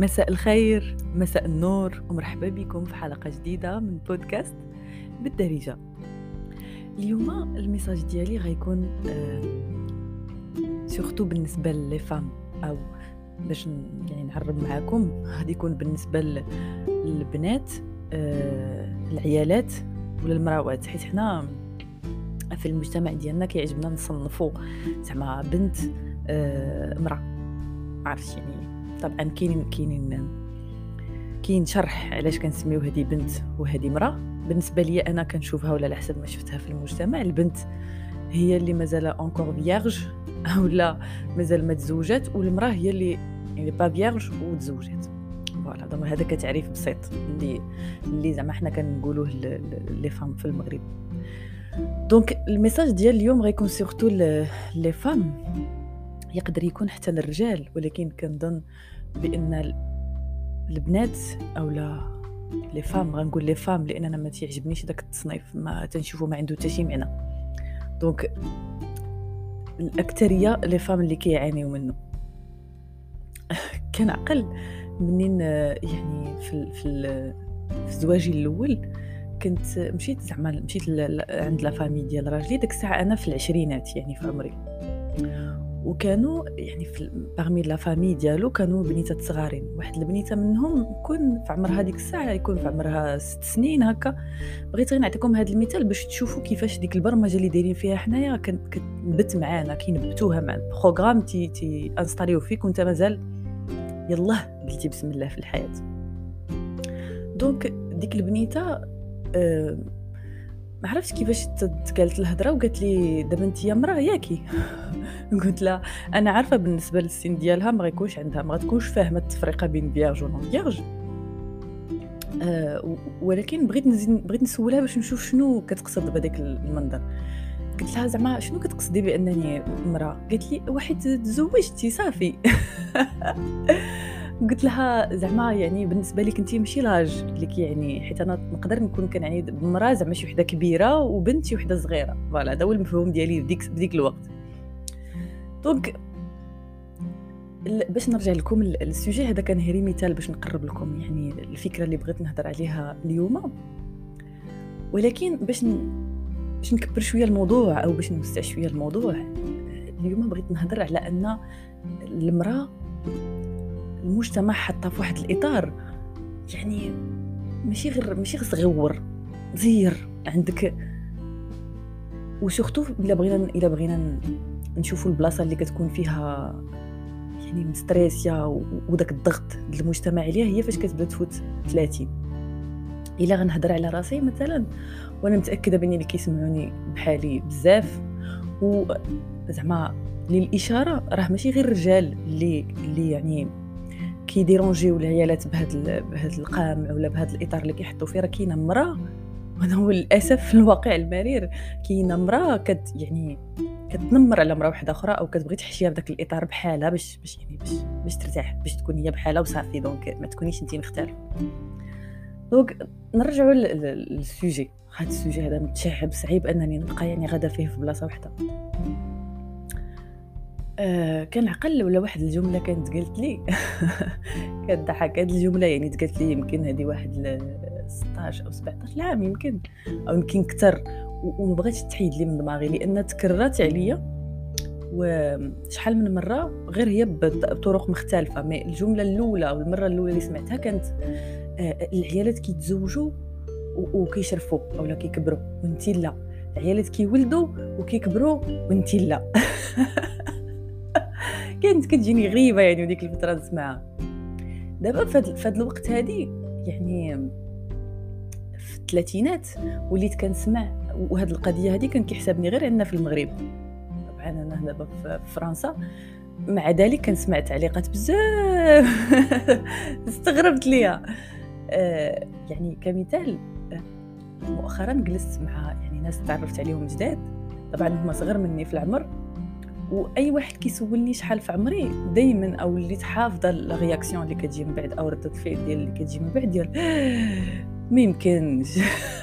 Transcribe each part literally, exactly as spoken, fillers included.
مساء الخير، مساء النور، ومرحبا بكم في حلقة جديدة من بودكاست بالدارجة. اليوم الميساج ديالي غيكون آه سورتو بالنسبة لي فام، او باش ن- يعني نعرب معاكم غادي يكون بالنسبة ل- للبنات، آه العيالات ولا المراوات، حيت حنا في المجتمع ديالنا كيعجبنا نصنفوا زعما بنت، آه امرأة. عرفتي يعني طبعا كاينين كاينين كاين شرح علاش كنسميو هذه بنت وهذه مرأة. بالنسبه لي انا كنشوفها، ولا على حسب ما شفتها في المجتمع، البنت هي اللي مازال اونكور فيرج اولا مازال ما تزوجات، والمراه هي اللي يعني با فيرج وتزوجات. فوالا دونك هذا كتعريف بسيط اللي اللي زعما حنا كنقولوه لي فام في المغرب. دونك الميساج ديال اليوم غيكون سورتو لي فام، يقدر يكون حتى للرجال، ولكن كنظن بان البنات اولا لي فام، غنقول لي فام لان انا ما تيعجبنيش داك التصنيف، ما تنشوفه ما عنده حتى شي معنى. دونك الاكثريه لي فام اللي كيعانيو منه. كنعقل منين آه، يعني في ال- في ال- في زواجي الاول كنت مشيت زعما مشيت ل- ل- عند لا فامي ديال راجلي. ديك الساعه انا في العشرينات يعني في عمري، وكانوا يعني في باغمي لا فامي ديالو كانوا بنيتات صغارين. واحد البنيته منهم يكون في عمرها ديك الساعه يكون في عمرها ست سنين هكا. بغيت غير نعطيكم هذا المثال باش تشوفوا كيفاش ديك البرمجه اللي دايرين فيها حنايا كانت كتنبت معانا، كينبتوها مع البروغرام تي تي انستاليو فيك وانت مازال يلاه قلتي بسم الله في الحياه. دونك ديك البنيته أه ما عرفتش كيفاش تقالت الهضره، وقالت لي دابا انت يا مراه ياكي. قلت لها انا عارفه بالنسبه للسن ديالها ما غيكونش عندها ما غتكونش فاهمه التفرقه بين فيرج و نون فيرج، أه ولكن بغيت نزيد بغيت نسولها باش نشوف شنو كتقصد بهذاك المنظر. قلت لها زعما شنو كتقصدي بانني امراه؟ قالت لي واحد تزوجتي صافي. قلت لها زعما يعني بالنسبه لك انت ماشي لاج اللي كيعني، حيت انا نقدر نكون كنعني بمراه زعما شي وحده كبيره وبنت شي وحده صغيره. فوالا هذا هو المفهوم ديالي بديك بديك الوقت. دونك ال- باش نرجع لكم ال- السوجي هذا كان هيري مثال باش نقرب لكم يعني الفكره اللي بغيت نهضر عليها اليوم. ولكن باش ن... باش نكبر شويه الموضوع او باش نوسع شويه الموضوع، اليوم بغيت نهضر على ان المراه المجتمع حطها في واحد الاطار، يعني ماشي غير ماشي غير صغور زير عندك. وسورتو الا بغينا الا بغينا نشوفوا البلاصه اللي كتكون فيها يعني مستريسيا وداك الضغط ديال المجتمع عليها، هي فاش كتبدا تفوت ثلاثين. الا غنهضر على راسي مثلا، وانا متاكده باني اللي كيسمعوني بحالي بزاف، وزعما للاشاره راه ماشي غير الرجال اللي اللي يعني كيديرونجيو العيالات بهذا بهذا القامع ولا بهذا الاطار اللي كيحطوا فيه. راه كاينه مراه، وهذا هو للاسف في الواقع المرير، كاينه مراه كت يعني كتنمر على مراه واحده اخرى، او كتبغي تحشيها بداك الاطار بحالها باش باش يعني باش باش ترتاح، باش تكون هي بحالها وصافي. دونك ما تكونيش انت مختلف. دونك نرجعوا للسوجي. هذا السوجي هذا متشعب، صعيب انني نبقى يعني غادا فيه في بلاصه واحده. آه كان عقل ولا واحد الجمله كانت قالت لي كتضحك. هذه الجمله يعني تقالت لي يمكن هذه واحد ل ستطاش او سبعطاش عام يمكن، او يمكن اكثر، وما بغيتش تحيد لي من دماغي لان تكررت عليا وشحال من مره غير هي بطرق مختلفه. مي الجمله الاولى او المره الاولى اللي سمعتها كانت آه العيالات كيتزوجوا وكيشرفوا اولا كيكبروا وانتي لا، العيالات كيولدوا وكيكبروا وانتي لا. كانت كتجيني غريبه يعني وديك الفتره نسمعها. دابا في هذا الوقت هذه يعني في الثلاثينات وليت كنسمع، وهذه القضيه هذه كان كيحسبني غير عندنا في المغرب. طبعا انا دابا في فرنسا، مع ذلك كنسمع تعليقات بزاف. استغربت ليها. آه يعني كمثال، آه مؤخرا جلست مع يعني ناس تعرفت عليهم جداد، طبعا هما صغر مني في العمر، واي واحد كيسولني شحال في عمري دائما او اللي حافظه لا رياكسيون اللي كتجي من بعد او رده الفعل ديال اللي كتجي من بعد ديال ما يمكنش.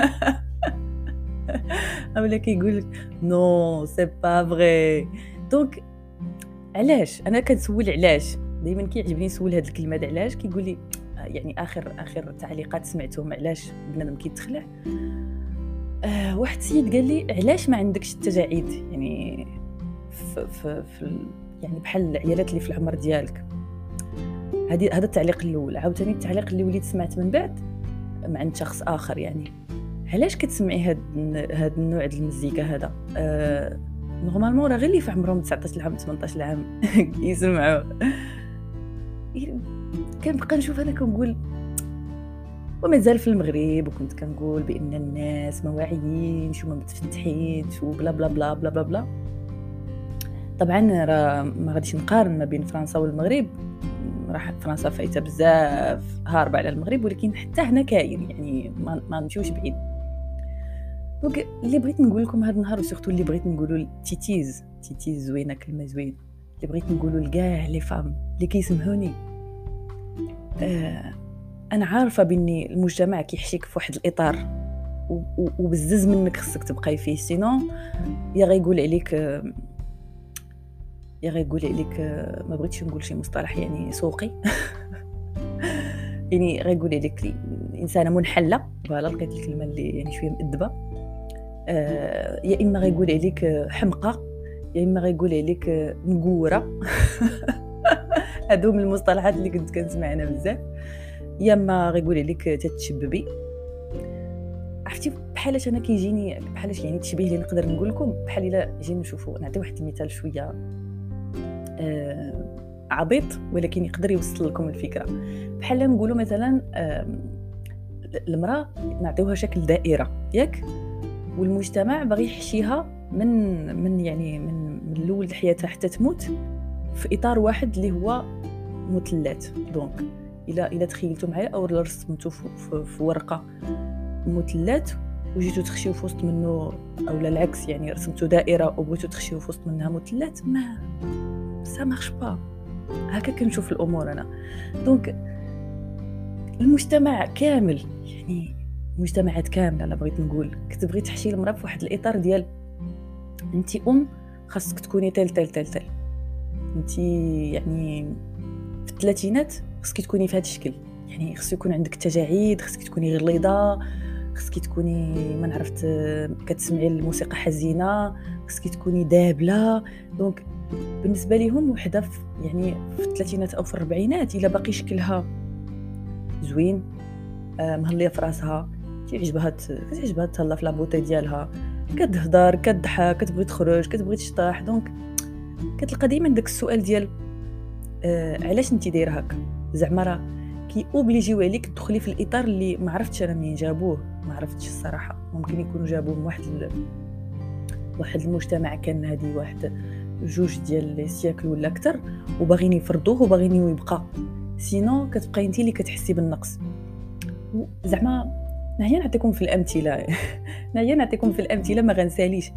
اولا كيقول لك نو سي با فري. دونك علاش انا كنسول علاش؟ دائما كيعجبني نسول هاد الكلمه د علاش، كيقول لي يعني اخر اخر تعليقات سمعتهم علاش بنادم كيتخلع. آه واحد السيد قال لي علاش ما عندكش التجاعيد، يعني في, في, في يعني بحال العيالات اللي في العمر ديالك. هذه هذا التعليق الاول. عاوتاني التعليق اللي وليت سمعت من بعد مع عند شخص اخر، يعني علاش كتسمعي هاد هاد النوع ديال المزيكا هذا؟ آه نورمالمون راه غير اللي في عمرهم تسعطاش عام ثمنطاش عام كيسمعوا. كنبقى نشوف انا كنقول ومازال في المغرب، وكنت كنقول بان الناس ما واعيينش وما متفتحينش وبلا بلا بلا بلا بلا بلا. طبعا راه ما غاديش نقارن ما بين فرنسا والمغرب، راح فرنسا فايته بزاف هاربه على المغرب، ولكن حتى هنا كاين، يعني ما, ما نمشيوش بعيد. دونك اللي بغيت نقول لكم هذا النهار، وسورتو اللي بغيت نقولوا تيتيز تيتيز زوينه، كلمه زوين اللي بغيت نقولوا لكاع لي فام اللي كيسمعوني. آه انا عارفه باني المجتمع كيحشيك في واحد الاطار وبزز منك خصك تبقاي فيه، سينو يا غيقول عليك يا غيقول عليك ما بغيتش نقول شي مصطلح يعني سوقي يعني غيقول عليك انسانه منحله، فوالا لقيت الكلمه اللي يعني شويه مؤدبه. آه يا اما غيقول عليك حمقى، يا اما غيقول عليك مقوره هادو من المصطلحات اللي كنت كنسمع انا بزاف. يا اما غيقول عليك تتشببي. عرفتي بحالاش انا كيجيني بحالاش يعني التشبيه اللي نقدر نقول لكم، بحال الا جينا نشوفوا نعطي واحد المثال شويه آه عبيط ولكن يقدر يوصل لكم الفكره. بحال نقولوا مثلا آه المراه نعطيوها شكل دائره ياك، والمجتمع باغي يحشيها من من يعني من من الاول حياتها حتى تموت في اطار واحد اللي هو مثلث. دونك الا الا تخيلتوا معايا او رسمتوا في, في ورقه مثلث وجيتوا تخشيو في وسط منه، او لا العكس يعني رسمتوا دائره وبغيتوا تخشيو في وسط منها مثلث، ما سا مارش با. هكا كنشوف الامور انا. دونك المجتمع كامل، يعني مجتمعات كامله انا بغيت نقول، كتبغي تحشي المراه في واحد الاطار ديال انت ام خاصك تكوني تل تل تل تل، انت يعني في الثلاثينات خاصك تكوني في هذا الشكل، يعني خصك يكون عندك تجاعيد، خصك تكوني غليظه، خصك تكوني ما عرفت كتسمعي الموسيقى حزينه، خصك تكوني دابله. دونك بالنسبه لهم وحده يعني في الثلاثينات او في الاربعينات الا باقي شكلها زوين مهليه في راسها، كيعجبها كتعجبها تهلا في لابوتي ديالها، كتهضر كتضحك كتبغي تخرج كتبغي تشطح، دونك كتلقى دائما داك السؤال ديال آه علاش انت دايره هكا؟ زعما راه كي اوبليجيو عليك تدخلي في الاطار اللي ما عرفتش انا منين جابوه، ما عرفتش الصراحه. ممكن يكونوا جابوه من واحد ال... واحد المجتمع كان هذه واحد جوج ديال لي سياكل ولا اكثر وباغيين يفرضوه وباغيين يبقى، سينو كتبقاي انت اللي كتحسي بالنقص. زعما نعيا نعطيكم في الامثله نعيا نعطيكم في الامثله ما غنساليش.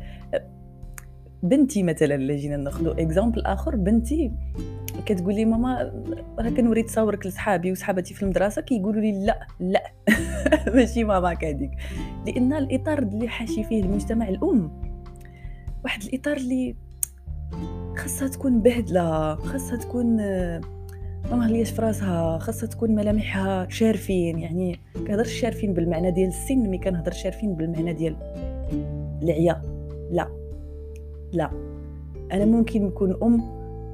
بنتي مثلا، اللي جينا ناخذوا اكزامبل اخر، بنتي كتقول لي ماما راه كنوري تصاورك لصحابي وصحاباتي في المدرسه كيقولوا لي لا لا ماشي ماماك هذيك، لان الاطار اللي حاشي فيه المجتمع الام واحد الاطار اللي خاصها تكون بهدله، خاصها تكون ما مهلياش في راسها، خاصها تكون ملامحها شارفين. يعني كنهضرش شارفين بالمعنى ديال السن، مي كنهضر شارفين بالمعنى ديال العيا. لا لا انا ممكن نكون ام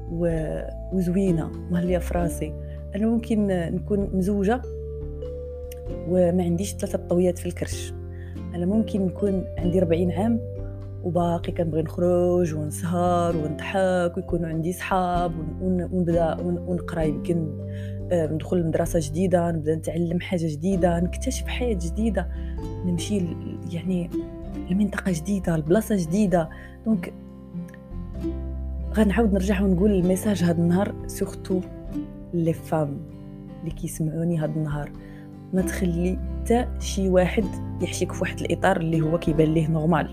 وزوينه مهليه في راسي، انا ممكن نكون مزوجه وما عنديش ثلاثه طويات في الكرش، انا ممكن نكون عندي أربعين عام وباقي كنبغي نخرج ونسهر ونضحك ويكونوا عندي صحاب ونبدا ونقرا، يمكن ندخل لمدرسه جديده، نبدا نتعلم حاجه جديده، نكتشف حياه جديده، نمشي يعني لمنطقه جديده لبلاصه جديده. دونك غنعاود نرجع ونقول الميساج هذا النهار سورتو لي فام اللي كيسمعوني هذا النهار، ما تخلي حتى شي واحد يحشيك في واحد الاطار اللي هو كيبان ليه نورمال.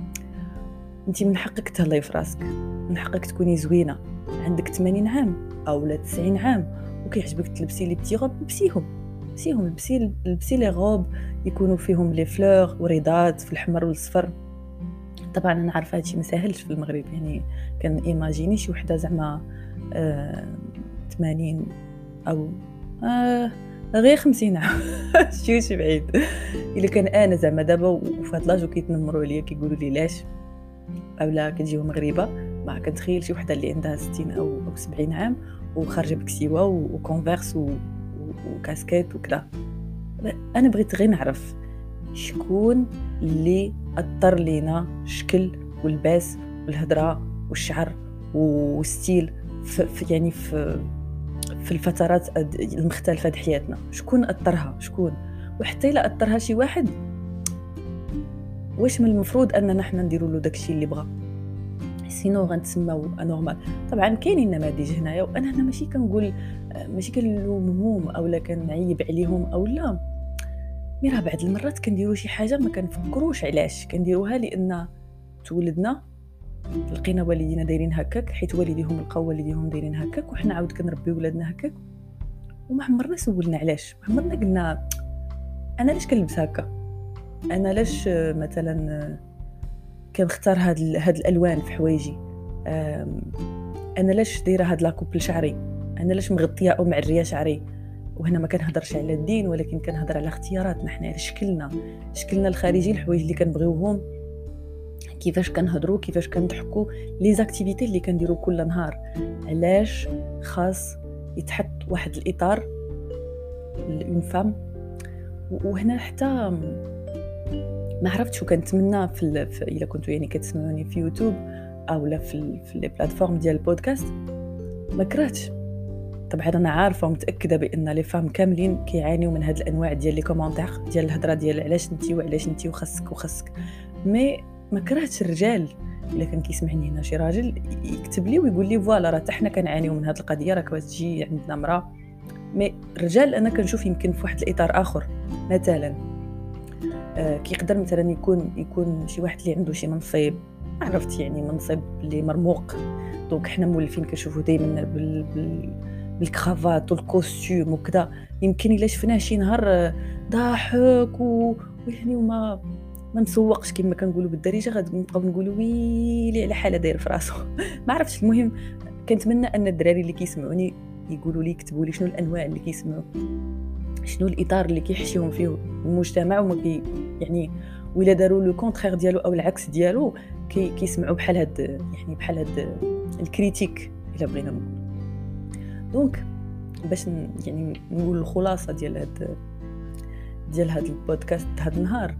انت من حقك تهلاي في راسك، من حقك تكوني زوينه، عندك ثمانين عام او لا تسعين عام وكيعجبك تلبسي لي بتي غوب، لبسيهم لبسيهم لبسي لبسي لي غوب يكونوا فيهم لي فلور وريضات في الاحمر والصفر. طبعا انا عارفه هادشي ما ساهلش في المغرب، يعني كان ايماجيني شي وحده زعما أه ثمانين او آه غير خمسين عام شوش بعيد. الا كان انا زعما دابا وفهاد لاج كيتنمروا عليا كيقولوا لي لاش اولا كتجيو مغربه، ما كنتخيل شي وحده اللي عندها ستين او او سبعين عام وخارجه بكسيوه وكونفيرس وكاسكيت وكذا. انا بغيت غير نعرف شكون اللي اثر لينا الشكل واللباس والهضره والشعر والستيل في يعني في في الفترات المختلفه د حياتنا. شكون اثرها؟ شكون؟ وحتى الا اثرها شي واحد، واش من المفروض اننا حنا نديروا له داكشي اللي بغا؟ سينو غنتسماو انورمال. طبعا كاينين نماذج هنايا، وانا هنا ماشي كنقول ماشي كنلومهم اولا كنعيب عليهم او لا، مي راه بعض المرات كنديروا شي حاجه ما كنفكروش علاش كنديروها، لان تولدنا لقينا والدينا دايرين هكاك، حيت والديهم لقاو والديهم دايرين هكاك، وحنا عاود كنربي ولادنا هكاك، وما عمرنا سولنا علاش. ما عمرنا قلنا انا علاش كنلبس هكا، انا علاش مثلا كنختار هاد هاد الالوان في حوايجي، انا علاش دايره هاد لاكوب لشعري، انا علاش مغطيه او معريه شعري. وهنا ما كنهضرش على الدين، ولكن كنهضر على اختياراتنا حنا، على شكلنا شكلنا الخارجي، الحوايج اللي كنبغيوهم، كيفاش كنهضروا، كيفاش كنضحكوا، لي زاكتيفيتي اللي كنديروا كل نهار. علاش خاص يتحط واحد الاطار لون فام؟ وهنا حتى ما عرفتش شو كنتمنى في, ال... في الا كنتوا يعني كتسمعوني في يوتيوب او لا في ال... في لي بلاتفورم ديال البودكاست، ما كرهتش. طبعا انا عارفه ومتاكده بان لي فام كاملين كيعانيو من هاد الانواع ديال لي كومونتير ديال الهضره ديال علاش انتي وعلاش انتي وخاصك وخاصك. مي ما كرهتش الرجال الا كان كيسمعني هنا شي راجل يكتب لي ويقول لي فوالا راه حنا كنعانيو من هاد القضيه، راه كتجي عندنا مراه. مي الرجال انا كنشوف يمكن في واحد الاطار اخر، مثلا آه كيقدر مثلا يكون يكون شي واحد اللي عنده شي منصب، عرفت يعني منصب اللي مرموق، دونك حنا مولفين كنشوفوا دائما بال, بال بالكرافات والكوستيم وكذا. يمكن الا شفناه شي نهار ضاحك ويعني وما ما مسوقش كما كنقولوا بالدارجه، غنبقاو نقولوا ويلي على حاله داير في راسو ما عرفتش. المهم كنتمنى ان الدراري اللي كيسمعوني يقولوا لي، يكتبوا لي شنو الانواع اللي كيسمعوا، شنو الاطار اللي كيحشيهم فيه المجتمع، وما كي يعني ولا داروا لو كونترير ديالو او العكس ديالو كي كيسمعوا بحال هاد يعني بحال هاد الكريتيك الا بغينا نقول. دونك باش يعني نقول الخلاصه ديال هاد ديال هاد البودكاست هاد النهار،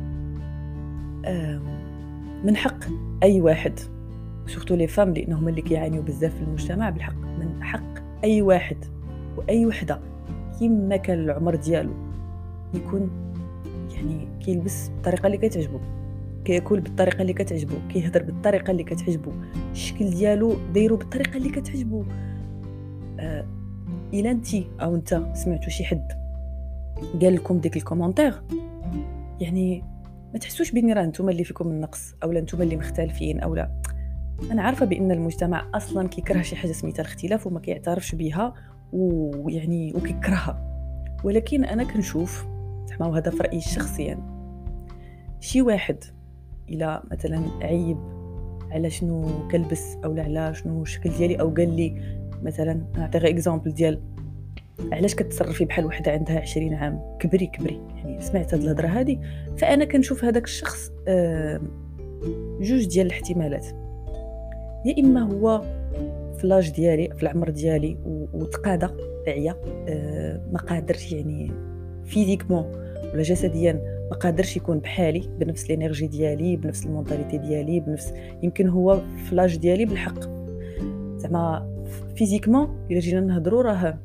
من حق اي واحد سورتو لي فام لانهم اللي كيعانيو بزاف في المجتمع، بالحق من حق اي واحد واي وحده كيما كان العمر ديالو يكون يعني كيلبس بالطريقه اللي كتعجبو، كياكل بالطريقه اللي كتعجبو، كيهضر بالطريقه اللي كتعجبو، الشكل ديالو دايرو بالطريقه اللي كتعجبو. آه الا انتي او انت سمعتوا شي حد قال لكم ديك الكومونتير، يعني ما تحسوش بان راه نتوما اللي فيكم النقص او لا نتوما اللي مختلفين او لا. انا عارفه بان المجتمع اصلا كيكره شي حاجه سميتها الاختلاف وما كيعترفش بها ويعني وكيكرهها، ولكن انا كنشوف زعما وهذا في رايي الشخصي يعني شي واحد الا مثلا عيب على شنو كلبس او لا على شنو الشكل ديالي، او قال لي مثلا نعطي غير اكزامبل ديال علاش كتصرفي بحال وحده عندها عشرين عام، كبري كبري يعني سمعت هاد الهضره هادي، فانا كنشوف هذاك الشخص آه جوج ديال الاحتمالات. يا اما هو في لاج ديالي في العمر ديالي وتقاضى عيا آه ما قادرش يعني فيزيكمون ولا جسديا ما قادرش يكون بحالي بنفس الانرجي ديالي بنفس المونتاليتي ديالي بنفس، يمكن هو في لاج ديالي بالحق زعما فيزيكمون الا جينا نهضروا راه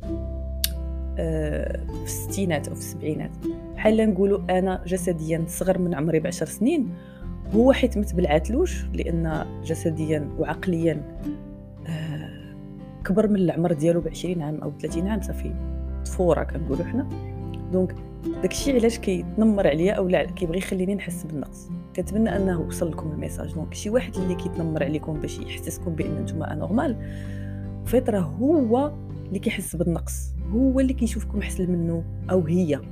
في الستينات او في السبعينات، بحال نقولوا انا جسديا صغر من عمري بعشر سنين، هو حيت متبلعاتلوش لان جسديا وعقليا كبر من العمر ديالو بعشرين عام او ثلاثين عام، صافي طفوره كنقولوا حنا. دونك داكشي علاش كيتنمر عليا او لا كيبغي يخليني نحس بالنقص. كنتمنى انه وصل لكم الميساج. دونك شي واحد اللي كيتنمر عليكم باش يحسسكم بان نتوما انورمال، فطره هو اللي كيحس بالنقص، هو اللي كيشوفكم احسن منه او هي،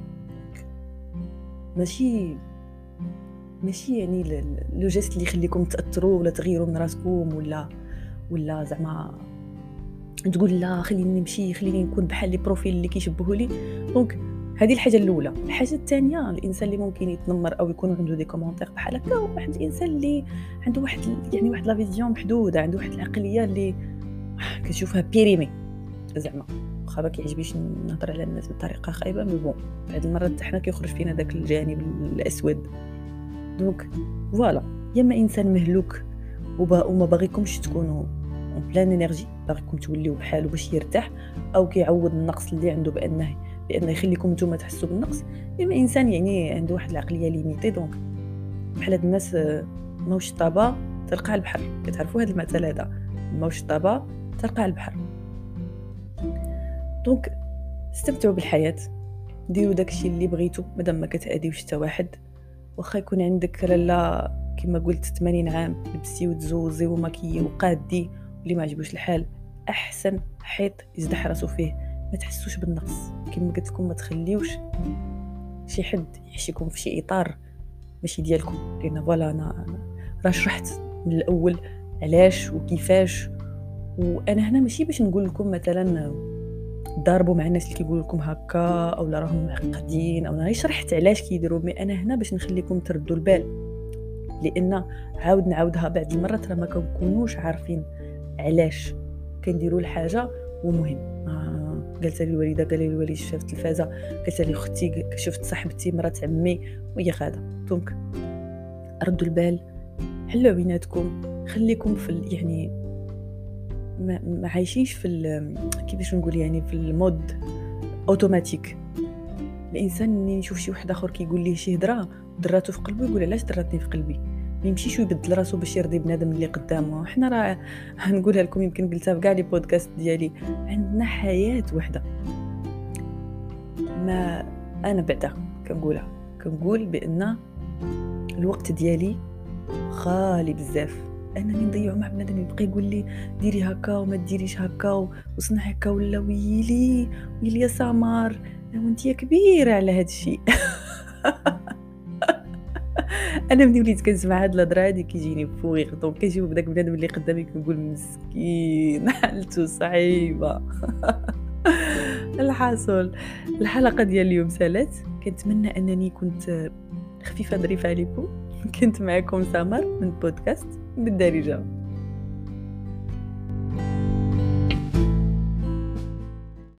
ماشي ماشي يعني لو جيست اللي يخليكم تاثروا ولا تغيروا من راسكم ولا ولا زعما تقول لا خليني نمشي، خليني نكون بحال لي بروفيل اللي كيشبهوا لي. دونك هذه الحاجه الاولى. الحاجه الثانيه، الانسان اللي ممكن يتنمر او يكون عنده دي كومونتير بحال هكا هو واحد الانسان اللي عنده واحد يعني واحد لا فيزيون محدوده، عنده واحد العقليه اللي كتشوفها بيريمي زعما. واخا ما كيعجبنيش نهضر على الناس بطريقه خايبه، مي بون هاد المرات حنا كيخرج فينا داك الجانب الاسود. دونك فوالا، يا اما انسان مهلوك وما باغيكمش تكونوا اون بلان انرجي، باغيكم توليو بحالو باش يرتاح، او كيعوض النقص اللي عنده بانه بانه يخليكم نتوما تحسوا بالنقص. اما انسان يعني عنده واحد العقليه ليميتي. دونك بحال هاد الناس ماوش طابا تلقى على البحر. كتعرفوا هذا المثل هذا، ماوش طابا تلقى على البحر. دونك استمتعوا بالحياه، ديروا داكشي اللي بغيتو مادام ما كتاذيوش حتى واحد. واخا يكون عندك لالا كما قلت ثمانين عام لبسي وتزوزي وماكي وقادي اللي ما عجبوش الحال، احسن حيط يزدح راسو فيه. ما تحسوش بالنقص كما قلت لكم، ما تخليوش شي حد يحشيكم في شي اطار ماشي ديالكم. لان فوالا انا راه شرحت من الاول علاش وكيفاش، وانا هنا ماشي باش نقول لكم مثلا ضاربوا مع الناس اللي كيقولوا لكم هكا او لا راهم معقدين، او انا شرحت علاش كيديروا. مي انا هنا باش نخليكم تردوا البال، لان عاود نعاودها بعض المرات راه ما كنكونوش عارفين علاش كنديروا الحاجه. ومهم آه قالت لي الوالده، قال لي الوالد شافت التلفازه، قالت لي اختي، شفت صاحبتي مرات عمي وهي غاده. دونك ردوا البال، حلوا بيناتكم، خليكم في ال... يعني ما, ما عايشينش في ال... كيفاش نقول يعني في المود اوتوماتيك. الانسان اللي يشوف شي واحد اخر كيقول ليه شي هضره دراتو في قلبه، يقول علاش دراتني في قلبي، ما يمشيش ويبدل راسو باش يرضي بنادم اللي قدامه. حنا راه هنقولها لكم، يمكن قلتها في كاع لي بودكاست ديالي، عندنا حياه وحده. ما انا بعدا كنقولها كنقول بان الوقت ديالي خالي بزاف. انا اللي نضيعو مع بنادم يبقى يقول لي ديري هكا وما ديريش هكا وصنع هكا، ولا ويلي ويلي يا سمر وانتي كبيره على هذا الشيء. انا ملي وليت كنسمع هاد الهضره هادي كيجيني بفوغيغ. دونك كنشوف بداك بنادم اللي قدامي كنقول مسكين حالته صعيبه. الحاصل الحلقه ديال اليوم سالات، كنتمنى انني كنت خفيفه ظريفه عليكم. كنت معكم سمر من بودكاست بالدارجه.